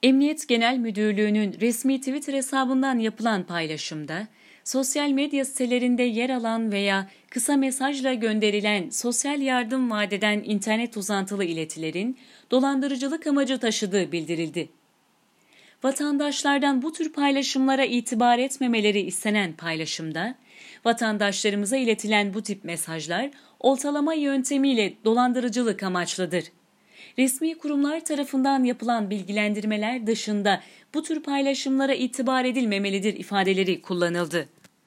Emniyet Genel Müdürlüğü'nün resmi Twitter hesabından yapılan paylaşımda, sosyal medya sitelerinde yer alan veya kısa mesajla gönderilen sosyal yardım vaat eden internet uzantılı iletilerin dolandırıcılık amacı taşıdığı bildirildi. Vatandaşlardan bu tür paylaşımlara itibar etmemeleri istenen paylaşımda, vatandaşlarımıza iletilen bu tip mesajlar oltalama yöntemiyle dolandırıcılık amaçlıdır. Resmi kurumlar tarafından yapılan bilgilendirmeler dışında bu tür paylaşımlara itibar edilmemelidir ifadeleri kullanıldı.